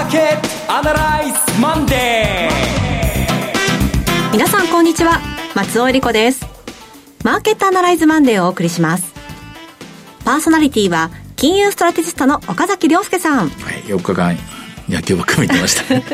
ーケットアナライズマンデー。 皆さんこんにちは、松尾恵理子です。マーケットアナライズマンデーをお送りします。パーソナリティは金融ストラテジストの岡崎亮介さん。 はい、4日間野球ばっか見てましたはい、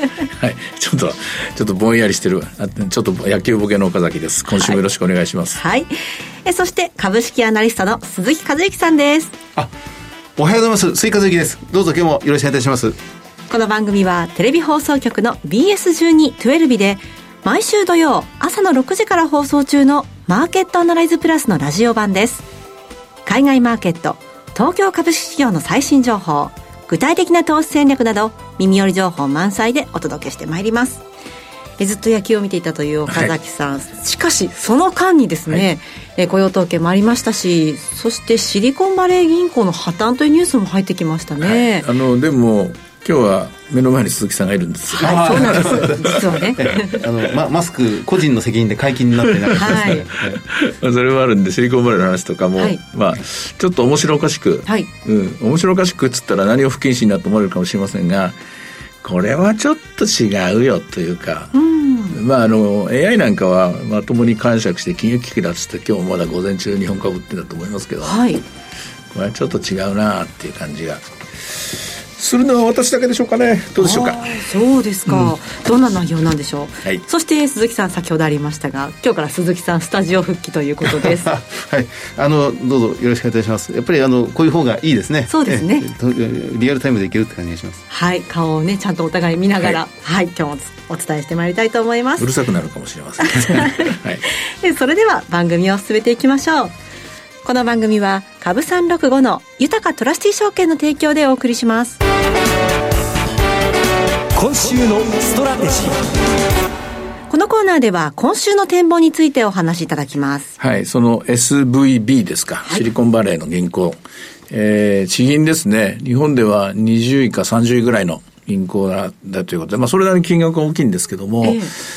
ちょっとぼんやりしてるちょっと野球ボケの岡崎です。今週もよろしくお願いします。 はい、そして株式アナリストの鈴木和之さんです。 おはようございます。鈴木和之です。どうぞ今日もよろしくお願いいたします。 この番組はテレビ放送局の BS12-12 で毎週土曜朝の6時から放送中のマーケットアナライズプラスのラジオ版です。海外マーケット、東京株式市場の最新情報、具体的な投資戦略など耳寄り情報満載でお届けしてまいります。ずっと野球を見ていたという岡崎さん、はい、しかしその間にですね、雇用統計もありましたし、そしてシリコンバレー銀行の破綻というニュースも入ってきましたね。 はい、でも今日は目の前に鈴木さんがいるんですよ。 はい、そうなんです実はねマスク個人の責任で解禁になってないですね、はいそれもあるんでシリコンバレーの話とかも、はい、ちょっと面白おかしく、はい、面白おかしくっつったら何を不謹慎だと思われるかもしれませんが、これはちょっと違うよというか、AI なんかはまともに解釈して金融危機だっつって今日もまだ午前中日本株売ってんだと思いますけど、はい、これはちょっと違うなっていう感じがするのは私だけでしょうかね。どうでしょうか。 そうですか、どんな内容なんでしょう。 はい、 そして鈴木さん、先ほどありましたが今日から鈴木さんスタジオ復帰ということですはい、 どうぞよろしくお願いいたします。やっぱりこういう方がいいですね。 そうですね、 リアルタイムでいけるって感じがします。 はい、顔をねちゃんとお互い見ながら、はい、今日もお伝えしてまいりたいと思います。 うるさくなるかもしれません、はい、 それでは番組を進めていきましょう。この番組は株365の豊かトラスティ証券の提供でお送りします。 今週のストラテジー。 このコーナーでは今週の展望についてお話しいただきます。 はい、その SVB ですか、シリコンバレーの銀行、地銀ですね。日本では20位か30位ぐらいの銀行だということで、それなりに金額が大きいんですけども、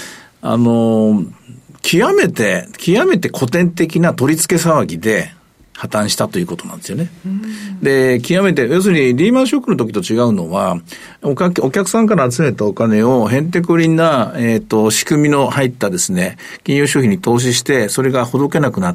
極めて古典的な取り付け騒ぎで破綻したということなんですよね。で、極めて、要するにリーマンショックの時と違うのは、お客さんから集めたお金をへんてこりんな、仕組みの入ったですね、金融商品に投資して、それがほどけなくなって、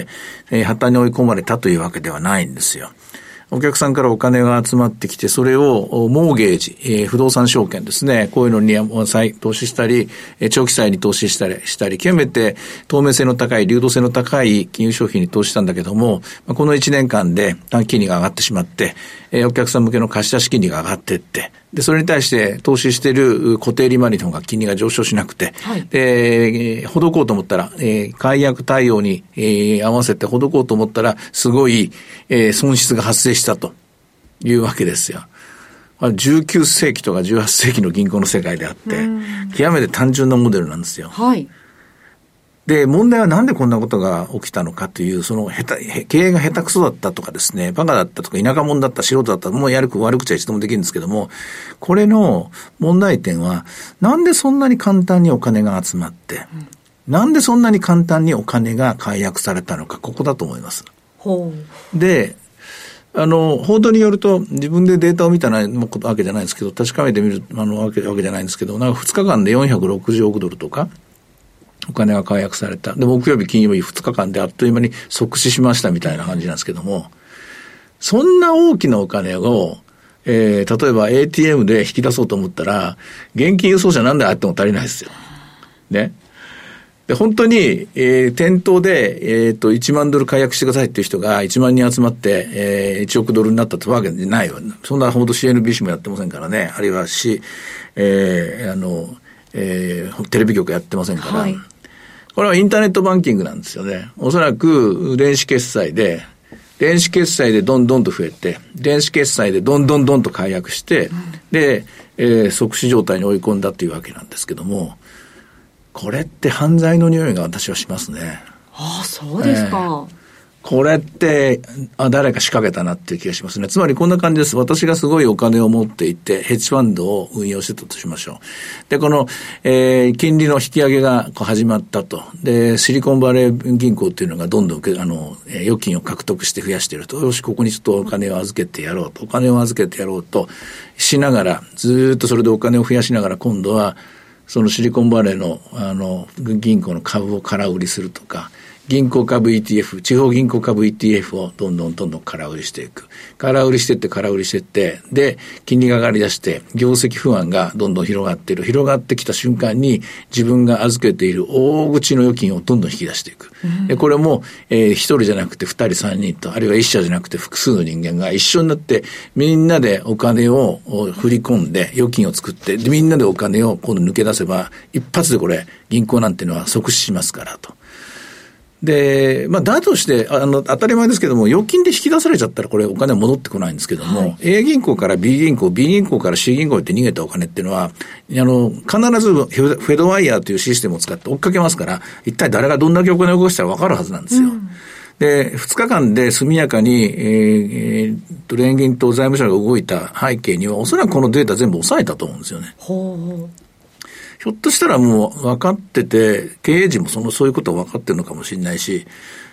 破綻に追い込まれたというわけではないんですよ。お客さんからお金が集まってきて、それをモーゲージ、不動産証券ですね、こういうのに投資したり、長期債に投資したり、極めて透明性の高い、流動性の高い金融商品に投資したんだけども、この1年間で短期金利が上がってしまって、お客さん向けの貸し出し金利が上がっていって、で、それに対して投資している固定利回りの方が金利が上昇しなくて、はい、で、ほどこうと思ったら、解約対応に、合わせてほどこうと思ったら、すごい、損失が発生したというわけですよ。19世紀とか18世紀の銀行の世界であって、極めて単純なモデルなんですよ。はい。で、問題はなんでこんなことが起きたのかという、その経営が下手くそだったとかですね、バカだったとか田舎者だった、素人だった、もう悪口は一度もできるんですけども、これの問題点は、なんでそんなに簡単にお金が集まって、なんでそんなに簡単にお金が解約されたのか、ここだと思います。で、報道によると、自分でデータを見たわけじゃないんですけど、確かめてみるわけじゃないんですけど、なんか2日間で460億ドルとか、お金が解約された。で、木曜日、金曜日2日間であっという間に即死しましたみたいな感じなんですけども、そんな大きなお金を、例えば ATM で引き出そうと思ったら、現金輸送車何台あっても足りないですよ。ね。で、本当に、店頭で、1万ドル解約してくださいっていう人が1万人集まって、1億ドルになったってわけじゃないよ。そんなほど CNBC もやってませんからね。あるいはテレビ局やってませんから。はい、これはインターネットバンキングなんですよね。おそらく電子決済でどんどんと増えて、電子決済でどんどんと解約して、で、即死状態に追い込んだというわけなんですけども、これって犯罪の匂いが私はしますね。 ああ、そうですか。 これって誰か仕掛けたなっていう気がしますね。つまりこんな感じです。私がすごいお金を持っていてヘッジファンドを運用してたとしましょう。でこの、金利の引き上げが始まったと。でシリコンバレー銀行っていうのがどんどん預金を獲得して増やしていると。よしここにちょっとお金を預けてやろうと。お金を預けてやろうとしながらずっとそれでお金を増やしながら今度はそのシリコンバレーの銀行の株を空売りするとか。銀行株 ETF、地方銀行株 ETF をどんどん空売りしていく。空売りしてって、で、金利が上がり出して、業績不安がどんどん広がっている。広がってきた瞬間に、自分が預けている大口の預金をどんどん引き出していく。で、これも、一人じゃなくて二人三人と、あるいは一社じゃなくて複数の人間が一緒になって、みんなでお金を振り込んで、預金を作って、でみんなでお金を今度抜け出せば、一発でこれ、銀行なんていうのは即死しますからと。で、だとして、当たり前ですけども、預金で引き出されちゃったらこれお金は戻ってこないんですけども、はい、A 銀行から B 銀行、B 銀行から C 銀行って逃げたお金っていうのは、必ずフェドワイヤーというシステムを使って追っかけますから、一体誰がどんだけお金を動かしたら分かるはずなんですよ。で、2日間で速やかに、連銀と財務省が動いた背景には、おそらくこのデータ全部抑えたと思うんですよね。ひょっとしたらもう分かってて、経営陣もそういうことは分かってるのかもしれないし、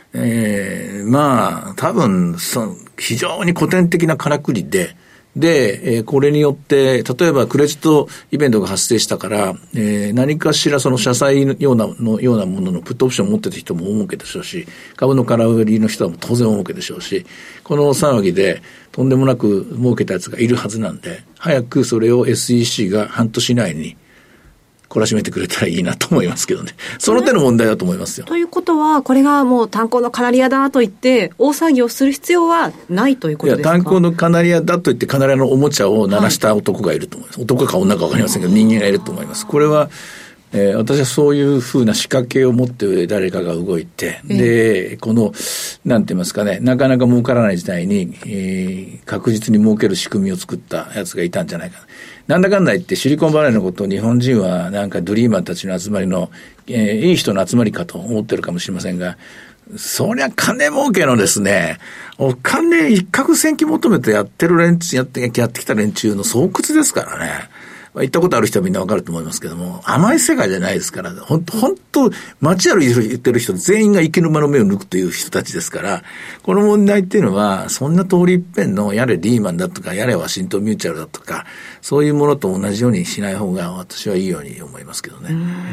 多分、非常に古典的なからくりで、これによって、例えばクレジットイベントが発生したから、何かしらその社債のようなもののプットオプションを持ってた人も大儲けでしょうし、株の空売りの人は当然大儲けでしょうし、この騒ぎでとんでもなく儲けたやつがいるはずなんで、早くそれを SEC が半年以内に懲らしめてくれたらいいなと思いますけどね。その手の問題だと思いますよ。 ということは、これがもう炭鉱のカナリアだと言って、大騒ぎをする必要はないということですか？ いや、炭鉱のカナリアだと言って、カナリアのおもちゃを鳴らした男がいると思います。男か女か分かりませんけど、人間がいると思います。これは、私はそういうふうな仕掛けを持って誰かが動いて、で、この、なんて言いますかね、なかなか儲からない時代に、確実に儲ける仕組みを作ったやつがいたんじゃないかな。なんだかんだ言ってシリコンバレーのことを日本人はなんかドリーマーたちの集まりの、いい人の集まりかと思ってるかもしれませんが、そりゃ金儲けのですね、お金一攫千金求めてやってきた連中の巣窟ですからね。行ったことある人はみんなわかると思いますけども、甘い世界じゃないですから、本当街歩いてる人全員が池沼の目を抜くという人たちですから、この問題っていうのは、そんな通り一遍のやれリーマンだとか、やれワシントンミューチャルだとか、そういうものと同じようにしない方が私はいいように思いますけどね。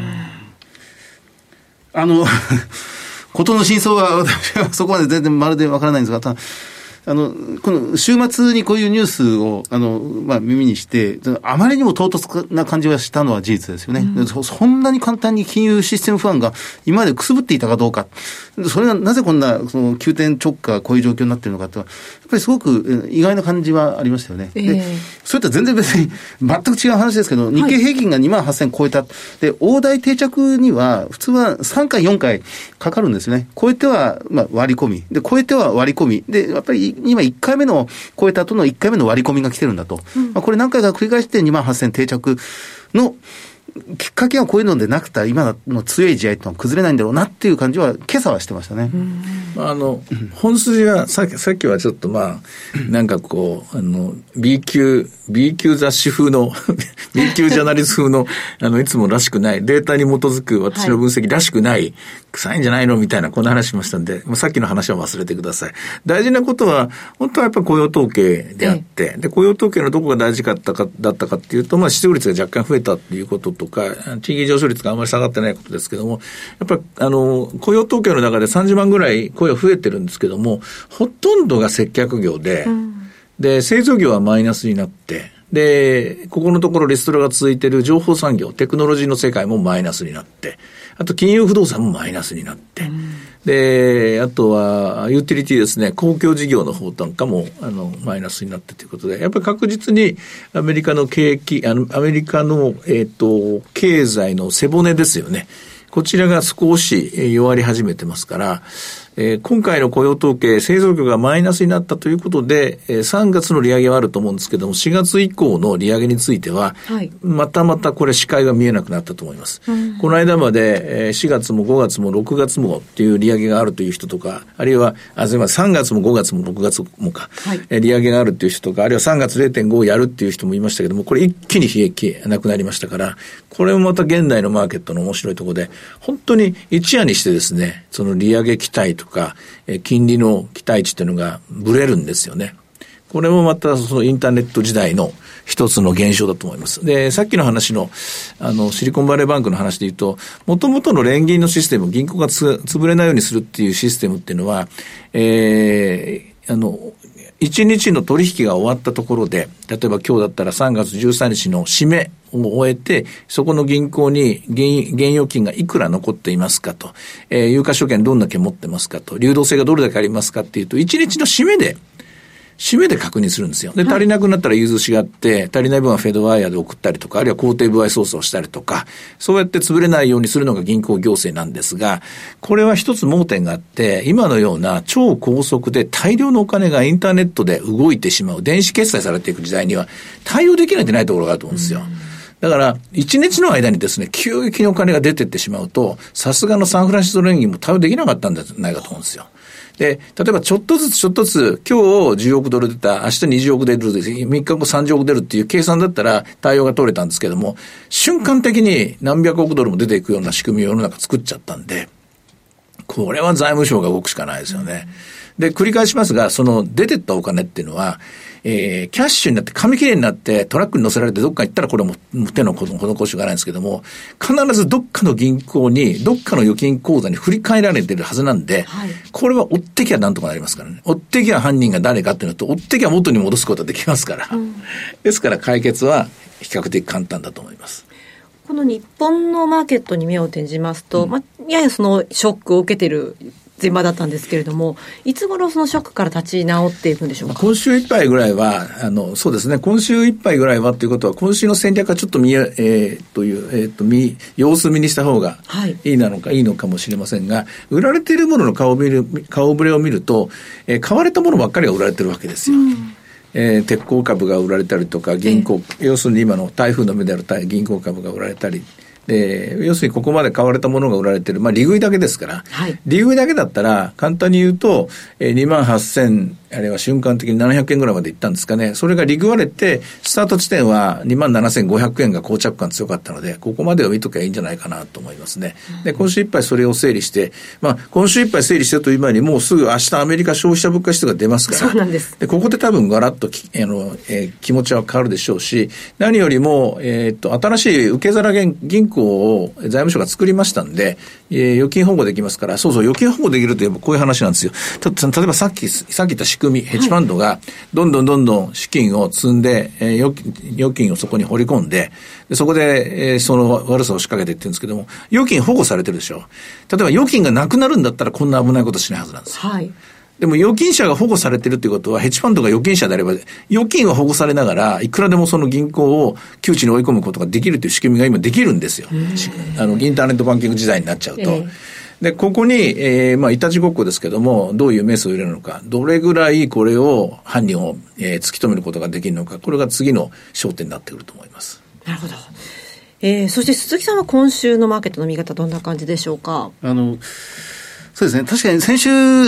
ことの真相は私はそこまで全然まるでわからないんですが、この週末にこういうニュースを耳にしてあまりにも唐突な感じがしたのは事実ですよね、そんなに簡単に金融システム不安が今までくすぶっていたかどうか、それがなぜこんな急転直下こういう状況になっているのかとやっぱりすごく意外な感じはありましたよね、でそれとは全然別に全く違う話ですけど、日経平均が 28,000 超えたで、大台定着には普通は3回4回かかるんですね。超えては割り込みで、超えては割り込みで、やっぱり今1回目の超えた後の1回目の割り込みが来てるんだと、これ何回か繰り返して 28,000 定着のきっかけはこういうのでなくて、今の強い地合いというのは崩れないんだろうなっていう感じは今朝はしてましたね。 本筋はさっきはちょっとなんかこうB 級雑誌風のB 級ジャーナリスト風のいつもらしくないデータに基づく私の分析らしくない、臭いんじゃないのみたいなこんな話しましたんで、さっきの話は忘れてください。大事なことは本当はやっぱり雇用統計であって、で雇用統計のどこが大事だったかっていうと、失業率が若干増えたっていうこととか、賃金上昇率があんまり下がってないことですけども、やっぱり雇用統計の中で30万ぐらい雇用増えてるんですけども、ほとんどが接客業で、で製造業はマイナスになって、でここのところリストラが続いている情報産業、テクノロジーの世界もマイナスになって、あと金融不動産もマイナスになって、であとはユーティリティですね、公共事業の方なんかもマイナスになってということで、やっぱり確実にアメリカの経済の背骨ですよね、こちらが少し弱り始めてますから、 今回の雇用統計、製造業がマイナスになったということで、3月の利上げはあると思うんですけども、4月以降の利上げについては、はい、またこれ視界が見えなくなったと思います。この間まで4月も5月も6月もっていう利上げがあるという人とか、あるいは3月も5月も6月もか、はい、利上げがあるっていう人とか、あるいは3月 0.5 をやるっていう人もいましたけども、これ一気に冷え切なくなりましたから、これもまた現代のマーケットの面白いところで、本当に一夜にしてですね、その利上げ期待とか、金利の期待値っていうのがブレるんですよね。これもまたそのインターネット時代の一つの現象だと思います。で、さっきの話の、シリコンバレーバンクの話で言うと、元々の連銀のシステム、銀行が潰れないようにするっていうシステムっていうのは、1日の取引が終わったところで、例えば今日だったら3月13日の締めを終えて、そこの銀行に現預金がいくら残っていますかと、有価証券どんだけ持ってますかと、流動性がどれだけありますかっていうと、1日の締めで確認するんですよ。で、足りなくなったら融通しがあって、足りない分はフェードワイヤーで送ったりとか、あるいは工程部合操作をしたりとか、そうやって潰れないようにするのが銀行行政なんですが、これは一つ盲点があって、今のような超高速で大量のお金がインターネットで動いてしまう、電子決済されていく時代には対応できないといけないところがあると思うんですよ。だから、1日の間にですね、急激にお金が出ていってしまうと、さすがのサンフランシスコ連銀も対応できなかったんじゃないかと思うんですよ。で、例えばちょっとずつ、今日10億ドル出た、明日20億出る、3日後30億出るっていう計算だったら対応が取れたんですけども、瞬間的に何百億ドルも出ていくような仕組みを世の中作っちゃったんで、これは財務省が動くしかないですよね。で、繰り返しますが、その出てったお金っていうのは、キャッシュになって紙切れになってトラックに乗せられてどっか行ったらこれも手の施しがないんですけども、必ずどっかの銀行にどっかの預金口座に振り替えられてるはずなんで、はい、これは追ってきゃなんとかなりますからね。追ってきゃ犯人が誰かっていうのと、追ってきゃ元に戻すことができますから、ですから解決は比較的簡単だと思います。 この日本のマーケットに目を転じますと、ややそのショックを受けている前場だったんですけれども、いつ頃そのショックから立ち直っていくんでしょうか。 今週いっぱいぐらいはそうですね、今週いっぱいぐらいはということは、今週の戦略はちょっと様子見にした方がいいのかもしれませんが、売られているものの顔ぶれを見ると、買われたものばっかりが売られてるわけですよ。鉄鋼株が売られたりとか、銀行、要するに今の台風の目である銀行株が売られたり、要するにここまで買われたものが売られている、利食いだけですから、はい、利食いだけだったら簡単に言うと、28,000あれは瞬間的に700円ぐらいまでいったんですかね。それが利食われてスタート地点は 27,500 円が膠着感強かったので、ここまでは見とけばいいんじゃないかなと思いますね。で、今週いっぱいそれを整理して、今週いっぱい整理してという前にもうすぐ明日アメリカ消費者物価指数が出ますから、 そうなんです。 で、ここで多分ガラッと気持ちは変わるでしょうし、何よりも新しい受け皿銀行を財務省が作りましたんで、預金保護できますから、そう預金保護できるといえばこういう話なんですよ。例えばさっき言った仕組み、ヘッジファンドがどんどん資金を積んで、預金をそこに掘り込んで、そこで、その悪さを仕掛けていってるんですけども、預金保護されてるでしょ。例えば預金がなくなるんだったらこんな危ないことしないはずなんですよ。はい。でも預金者が保護されてるっていうことは、ヘッジファンドが預金者であれば、預金は保護されながら、いくらでもその銀行を窮地に追い込むことができるという仕組みが今できるんですよ。インターネットバンキング時代になっちゃうと。で、ここに、いたちごっこですけども、どういうメスを入れるのか、どれぐらいこれを、犯人を、突き止めることができるのか、これが次の焦点になってくると思います。 なるほど。そして鈴木さんは今週のマーケットの見方どんな感じでしょうか。 そうですね。確かに先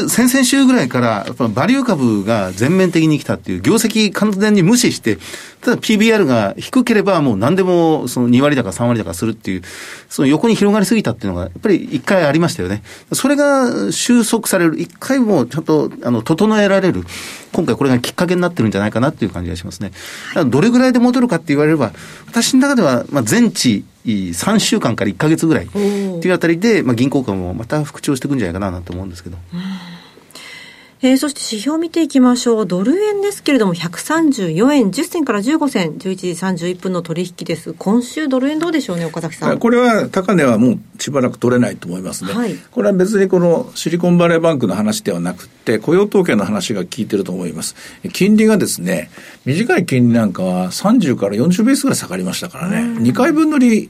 々週ぐらいから、やっぱバリュー株が全面的に来たっていう、業績完全に無視して、ただ PBR が低ければもう何でもその2割高3割高するっていう、その横に広がりすぎたっていうのが、やっぱり一回ありましたよね。それが収束される、一回もちゃんと、整えられる。今回これがきっかけになってるんじゃないかなっていう感じがしますね。どれぐらいで戻るかって言われれば、私の中では、前期3週間から1ヶ月ぐらいっていうあたりで、銀行間もまた復調していくんじゃないかなと思うんですけど。 そして指標を見ていきましょう。ドル円ですけれども134円10銭から15銭、11時31分の取引です。今週ドル円どうでしょうね、岡崎さん。 これは高値はもうしばらく取れないと思いますね。はい、これは別にこのシリコンバレーバンクの話ではなくて、雇用統計の話が効いてると思います。金利がですね、短い金利なんかは30から40ベースぐらい下がりましたからね。2回分の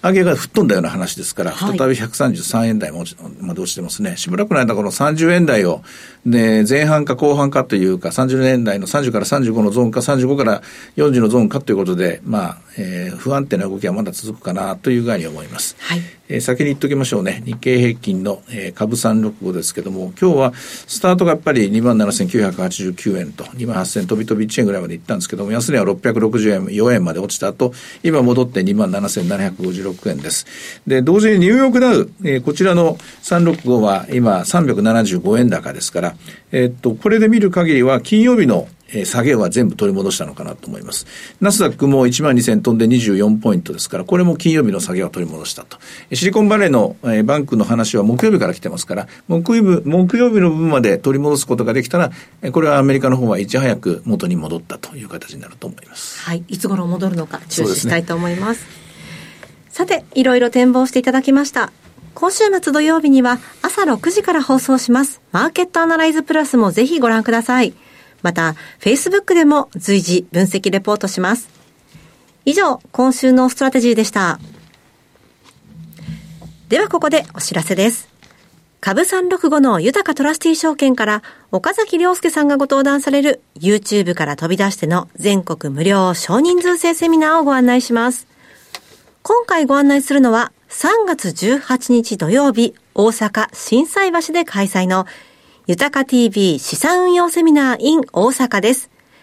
上げが吹っ飛んだような話ですから、再び133円台まで落ちてますね。しばらくの間この30円台を、ね、前半か後半かというか、30年代の30から35のゾーンか、35から40のゾーンかということで、不安定な動きはまだ続くかなという具合に思います。 はい。 先に言っときましょうね。日経平均の、株365ですけども、今日はスタートがやっぱり 27,989 円と 28,000 飛び飛び1円ぐらいまでいったんですけども、安値は664円まで落ちた後、今戻って 27,756 円です。で、同時にニューヨークダウ、こちらの365は今375円高ですから、これで見る限りは金曜日の下げは全部取り戻したのかなと思います。ナスダックも 12,000 飛んで24ポイントですから、これも金曜日の下げは取り戻したと。シリコンバレーのバンクの話は木曜日から来てますから、木曜日の分まで取り戻すことができたら、これはアメリカの方はいち早く元に戻ったという形になると思います。 はい。いつ頃戻るのか注視したいと思います。さて、いろいろ展望していただきました。今週末土曜日には朝6時から放送します。マーケットアナライズプラスもぜひご覧ください。また、Facebook でも随時分析レポートします。以上、今週のストラテジーでした。ではここでお知らせです。株365の豊かトラスティー証券から岡崎亮介さんがご登壇される YouTube から飛び出しての全国無料少人数制セミナーをご案内します。今回ご案内するのは3月18日土曜日、大阪心斎橋で開催の豊か TV 資産運用セミナー in 大阪です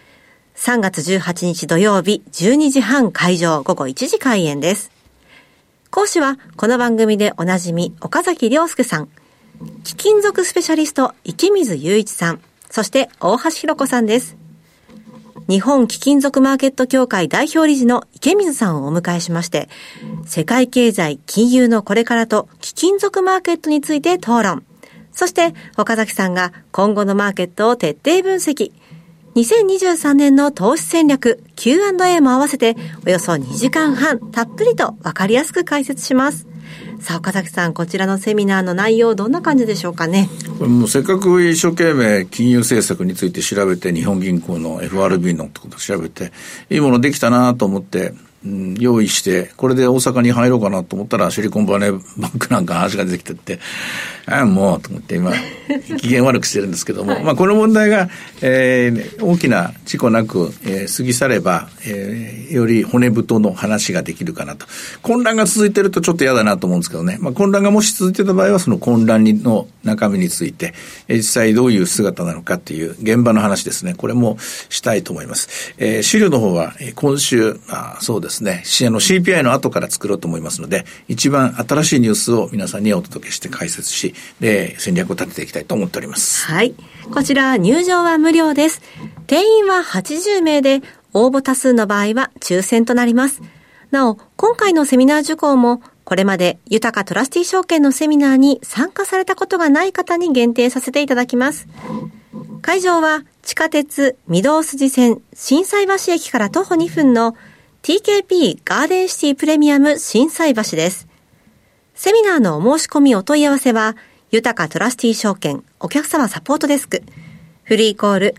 。3月18日土曜日12時半会場、午後1時開演です。講師はこの番組でおなじみ岡崎亮介さん、貴金属スペシャリスト池水雄一さん、そして大橋弘子さんです。日本貴金属マーケット協会代表理事の池水さんをお迎えしまして、世界経済金融のこれからと貴金属マーケットについて討論。そして岡崎さんが今後のマーケットを徹底分析。2023年の投資戦略 Q&A も合わせておよそ2時間半たっぷりと分かりやすく解説します。さあ岡崎さん、こちらのセミナーの内容どんな感じでしょうかね。 これもうせっかく一生懸命金融政策について調べて、日本銀行の FRB のことを調べていいものできたなと思って用意して、これで大阪に入ろうかなと思ったらシリコンバレーバンクなんか話が出てきてって、もうと思って今機嫌悪くしてるんですけども、はい、この問題が、大きな事故なく、過ぎ去れば、より骨太の話ができるかなと。混乱が続いてるとちょっと嫌だなと思うんですけどね、混乱がもし続いてた場合はその混乱の中身について、実際どういう姿なのかっていう現場の話ですね、これもしたいと思います。資料の方は今週そうですね、CPI の後から作ろうと思いますので、一番新しいニュースを皆さんにお届けして解説し、で戦略を立てていきたいと思っております。 はい、こちら入場は無料です。定員は80名で、応募多数の場合は抽選となります。なお、今回のセミナー受講もこれまで豊かトラスティー証券のセミナーに参加されたことがない方に限定させていただきます。会場は地下鉄御堂筋線心斎橋駅から徒歩2分の TKP ガーデンシティプレミアム心斎橋です。セミナーのお申し込みお問い合わせは、豊かトラスティー証券お客様サポートデスク、フリーコール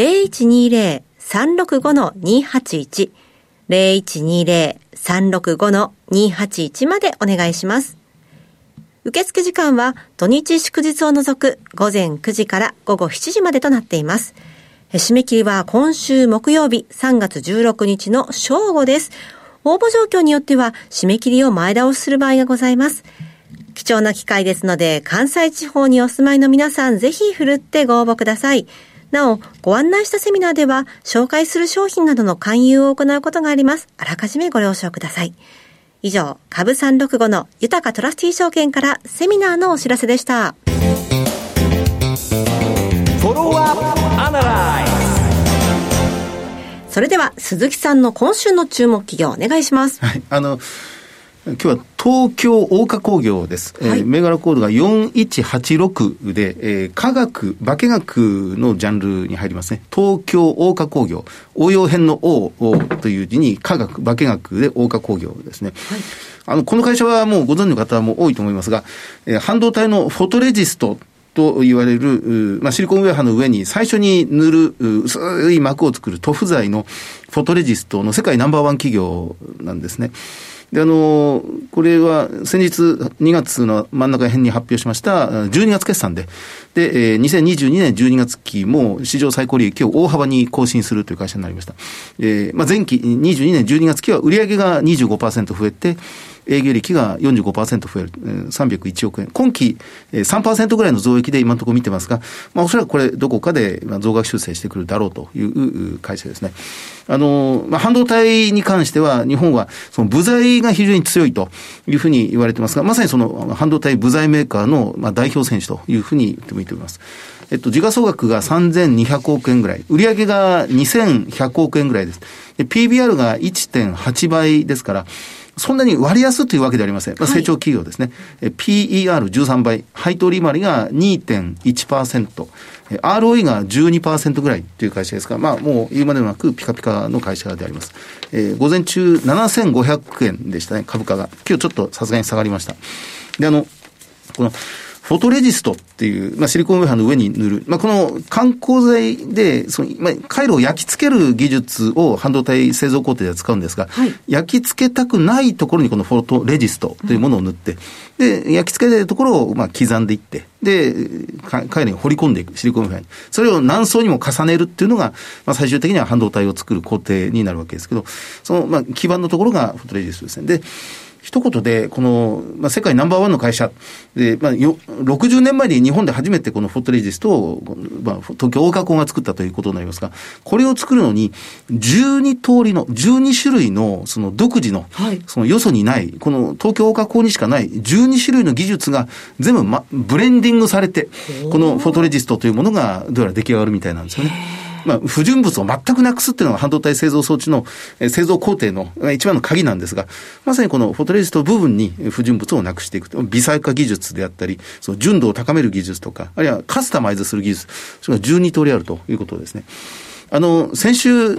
0120-365-281 0120-365-281 までお願いします。受付時間は土日祝日を除く午前9時から午後7時までとなっています。締め切りは今週木曜日3月16日の正午です。応募状況によっては締め切りを前倒しする場合がございます。貴重な機会ですので、関西地方にお住まいの皆さんぜひふるってご応募ください。なお、ご案内したセミナーでは紹介する商品などの勧誘を行うことがあります。あらかじめご了承ください。以上、株365の豊かトラスティー証券からセミナーのお知らせでした。それでは鈴木さんの今週の注目企業お願いします。 はい、今日は東京大化工業です。はい、銘柄コードが4186で、化学のジャンルに入りますね。東京大化工業。応用編の O という字に化学で大化工業ですね。はい、この会社はもうご存知の方も多いと思いますが、半導体のフォトレジストと言われる、シリコンウェアの上に最初に塗る薄い膜を作る塗布剤のフォトレジストの世界ナンバーワン企業なんですね。 で、これは先日2月の真ん中辺に発表しました12月決算で、2022年12月期も史上最高利益を大幅に更新するという会社になりました。前期22年12月期は売上が 25% 増えて、営業利益が 45% 増える、301億円。今期 3% ぐらいの増益で今のところ見てますが、おそらくこれどこかで増額修正してくるだろうという会社ですね。半導体に関しては日本はその部材が非常に強いというふうに言われてますが、まさにその半導体部材メーカーの代表選手というふうに言ってもいいと思います。時価総額が3200億円ぐらい、売上が2100億円ぐらいです。PBR が 1.8 倍ですから、そんなに割安というわけではありません。成長企業ですね。PER13 倍、配当利回りが 2.1%、ROE が 12% ぐらいという会社ですから、もう言うまでもなくピカピカの会社であります。午前中7500円でしたね、株価が。今日ちょっとさすがに下がりました。で、このフォトレジストっていう、シリコンウェハーの上に塗る。この観光材で、回路を焼き付ける技術を半導体製造工程で使うんですが、はい、焼き付けたくないところにこのフォトレジストというものを塗って、で、焼き付けているところを刻んでいって、で、回路に掘り込んでいく、シリコンウェハーに。それを何層にも重ねるっていうのが、最終的には半導体を作る工程になるわけですけど、その、基盤のところがフォトレジストですね。で、一言で、この、世界ナンバーワンの会社で、60年前に日本で初めてこのフォトレジストを、東京大化工が作ったということになりますが、これを作るのに、12種類の、その独自の、そのよそにない、この東京大化工にしかない12種類の技術が全部ブレンディングされて、このフォトレジストというものがどうやら出来上がるみたいなんですよね。不純物を全くなくすっていうのが半導体製造装置の製造工程の一番の鍵なんですが、まさにこのフォトレジスト部分に不純物をなくしていく。微細化技術であったり、その純度を高める技術とか、あるいはカスタマイズする技術、それが12通りあるということですね。先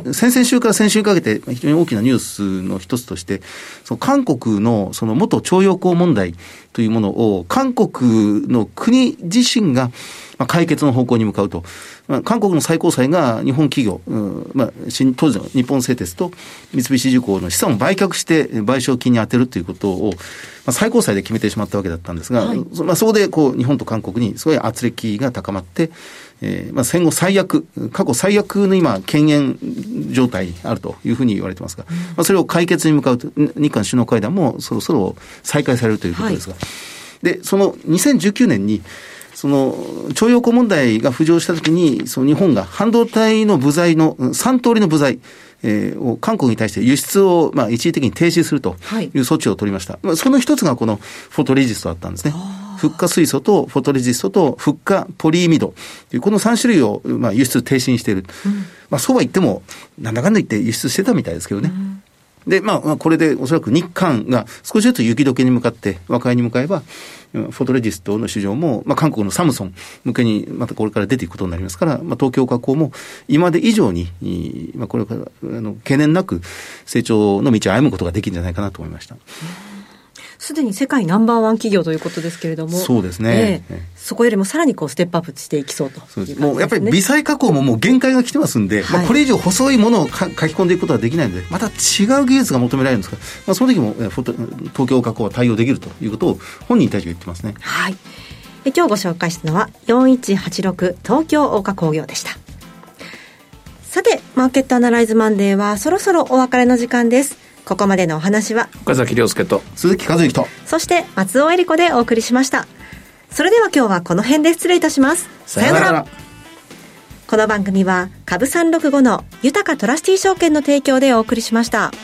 々週から先週にかけて非常に大きなニュースの一つとして、その韓国のその元徴用工問題というものを韓国の国自身が解決の方向に向かうと。韓国の最高裁が日本企業、当時の日本製鉄と三菱重工の資産を売却して賠償金に充てるということを、最高裁で決めてしまったわけだったんですが、はい、そこで日本と韓国にすごい圧力が高まって、戦後過去最悪の今、権限状態にあるというふうに言われてますが、それを解決に向かうと、日韓首脳会談もそろそろ再開されるということですが、はい、で、その2019年に、その徴用工問題が浮上したときに、その日本が半導体の部材の3通りの部材を韓国に対して輸出を一時的に停止するという措置を取りました。はい、その一つがこのフォトレジストだったんですね。フッ化水素とフォトレジストとフッ化ポリイミドというこの3種類を輸出停止にしている。そうは言ってもなんだかんだ言って輸出してたみたいですけどね。で、これでおそらく日韓が少しずつ雪解けに向かって和解に向かえば、フォトレジストの市場も、韓国のサムソン向けにまたこれから出ていくことになりますから、東京化工も今まで以上に、これから懸念なく成長の道を歩むことができるんじゃないかなと思いました。 すでに世界ナンバーワン企業ということですけれども、 そうですね。 そこよりもさらにステップアップしていきそうという感じですね。 もうやっぱり微細加工ももう限界が来てますんで、これ以上細いものを書き込んでいくことはできないので、また違う技術が求められるんですから、その時も東京加工は対応できるということを本人たちが言ってますね。 はい。今日ご紹介したのは4186東京大化工業でした。さて、マーケットアナライズマンデーはそろそろお別れの時間です。ここまでのお話は岡崎亮介と鈴木和之と、 そして松尾恵理子でお送りしました。それでは今日はこの辺で失礼いたします。 さよなら。 この番組は株365の豊かトラスティ証券の提供でお送りしました。